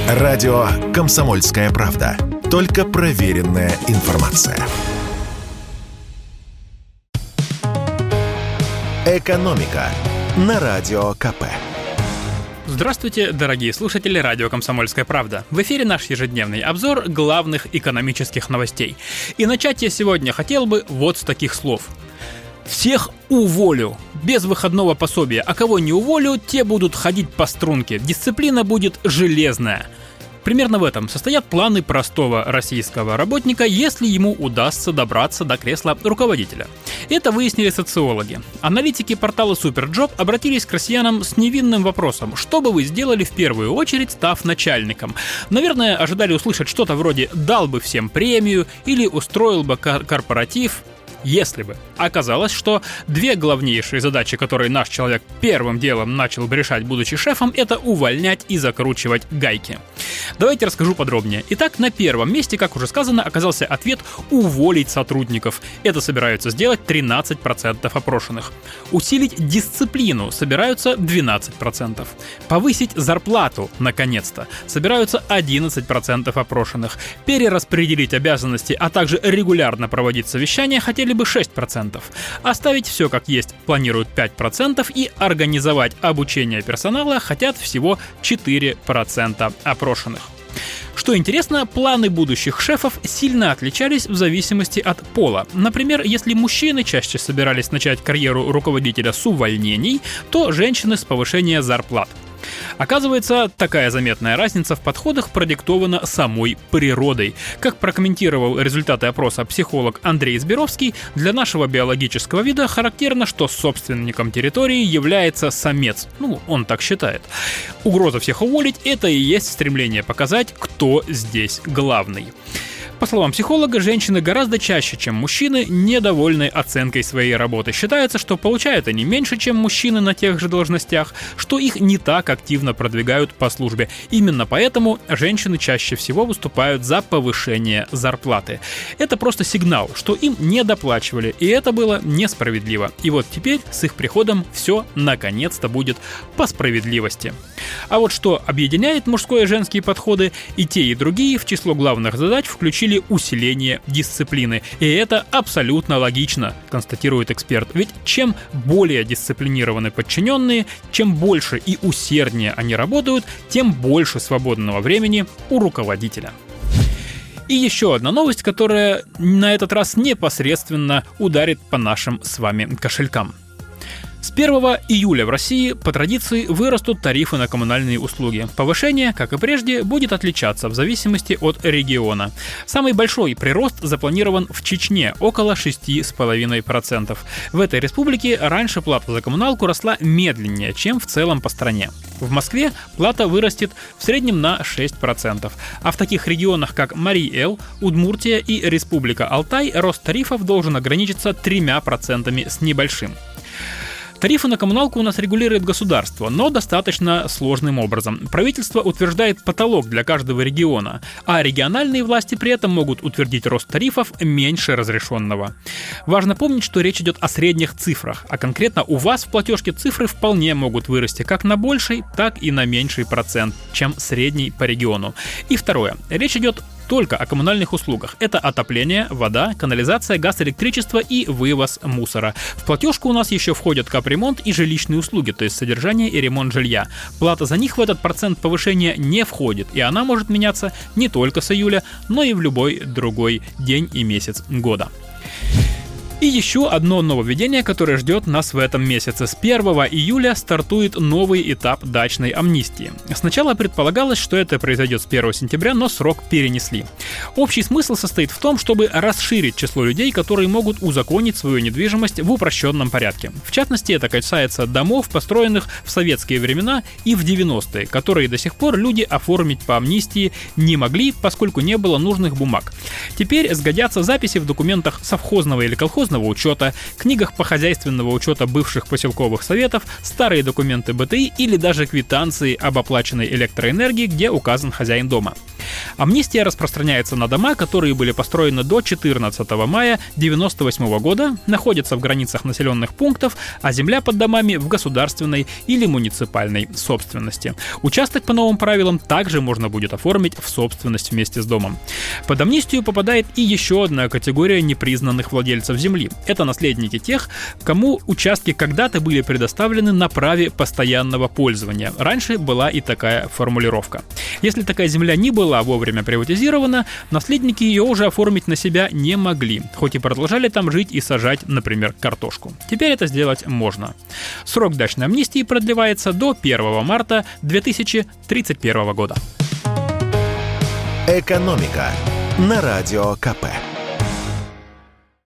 Радио «Комсомольская правда». Только проверенная информация. «Экономика» на Радио КП. Здравствуйте, дорогие слушатели радио «Комсомольская правда». В эфире наш ежедневный обзор главных экономических новостей. И начать я сегодня хотел бы вот с таких слов. Всех уволю. Без выходного пособия. А кого не уволю, те будут ходить по струнке. Дисциплина будет железная. Примерно в этом состоят планы простого российского работника, если ему удастся добраться до кресла руководителя. Это выяснили социологи. Аналитики портала Superjob обратились к россиянам с невинным вопросом: что бы вы сделали в первую очередь, став начальником? Наверное, ожидали услышать что-то вроде «дал бы всем премию» или «устроил бы корпоратив». Если бы. Оказалось, что две главнейшие задачи, которые наш человек первым делом начал бы решать, будучи шефом, это увольнять и закручивать гайки. Давайте расскажу подробнее. Итак, на первом месте, как уже сказано, оказался ответ «уволить сотрудников». Это собираются сделать 13% опрошенных. Усилить дисциплину собираются 12%. Повысить зарплату, наконец-то, собираются 11% опрошенных. Перераспределить обязанности, а также регулярно проводить совещания хотели бы 6%. Оставить все как есть планируют 5% и организовать обучение персонала хотят всего 4% опрошенных. Что интересно, планы будущих шефов сильно отличались в зависимости от пола. Например, если мужчины чаще собирались начать карьеру руководителя с увольнений, то женщины с повышения зарплат. Оказывается, такая заметная разница в подходах продиктована самой природой. Как прокомментировал результаты опроса психолог Андрей Зберовский, для нашего биологического вида характерно, что собственником территории является самец. Он так считает. Угроза всех уволить – это и есть стремление показать, кто здесь главный. По словам психолога, женщины гораздо чаще, чем мужчины, недовольны оценкой своей работы. Считается, что получают они меньше, чем мужчины на тех же должностях, что их не так активно продвигают по службе. Именно поэтому женщины чаще всего выступают за повышение зарплаты. Это просто сигнал, что им не доплачивали, и это было несправедливо. И вот теперь с их приходом все наконец-то будет по справедливости. А вот что объединяет мужской и женские подходы, и те, и другие в число главных задач включили усиление дисциплины. И это абсолютно логично, констатирует эксперт. Ведь чем более дисциплинированы подчиненные, чем больше и усерднее они работают, тем больше свободного времени у руководителя. И еще одна новость, которая на этот раз непосредственно ударит по нашим с вами кошелькам. С 1 июля в России по традиции вырастут тарифы на коммунальные услуги. Повышение, как и прежде, будет отличаться в зависимости от региона. Самый большой прирост запланирован в Чечне – около 6,5%. В этой республике раньше плата за коммуналку росла медленнее, чем в целом по стране. В Москве плата вырастет в среднем на 6%. А в таких регионах, как Марий-Эл, Удмуртия и Республика Алтай, рост тарифов должен ограничиться 3% с небольшим. Тарифы на коммуналку у нас регулирует государство, но достаточно сложным образом. Правительство утверждает потолок для каждого региона, а региональные власти при этом могут утвердить рост тарифов меньше разрешенного. Важно помнить, что речь идет о средних цифрах, а конкретно у вас в платежке цифры вполне могут вырасти как на больший, так и на меньший процент, чем средний по региону. И второе. Речь идет только о коммунальных услугах. Это отопление, вода, канализация, газ, электричество и вывоз мусора. В платежку у нас еще входят капремонт и жилищные услуги, то есть содержание и ремонт жилья. Плата за них в этот процент повышения не входит, и она может меняться не только с июля, но и в любой другой день и месяц года. И еще одно нововведение, которое ждет нас в этом месяце. С 1 июля стартует новый этап дачной амнистии. Сначала предполагалось, что это произойдет с 1 сентября, но срок перенесли. Общий смысл состоит в том, чтобы расширить число людей, которые могут узаконить свою недвижимость в упрощенном порядке. В частности, это касается домов, построенных в советские времена и в 90-е, которые до сих пор люди оформить по амнистии не могли, поскольку не было нужных бумаг. Теперь сгодятся записи в документах совхозного или колхозного учета, книгах по хозяйственного учета бывших поселковых советов, старые документы БТИ или даже квитанции об оплаченной электроэнергии, где указан хозяин дома. Амнистия распространяется на дома, которые были построены до 14 мая 1998 года, находятся в границах населенных пунктов, а земля под домами в государственной или муниципальной собственности. Участок по новым правилам также можно будет оформить в собственность вместе с домом. Под амнистию попадает и еще одна категория непризнанных владельцев земли. Это наследники тех, кому участки когда-то были предоставлены на праве постоянного пользования. Раньше была и такая формулировка. Если такая земля не была вовремя приватизирована, наследники ее уже оформить на себя не могли, хоть и продолжали там жить и сажать, например, картошку. Теперь это сделать можно. Срок дачной амнистии продлевается до 1 марта 2031 года. «Экономика» на Радио КП.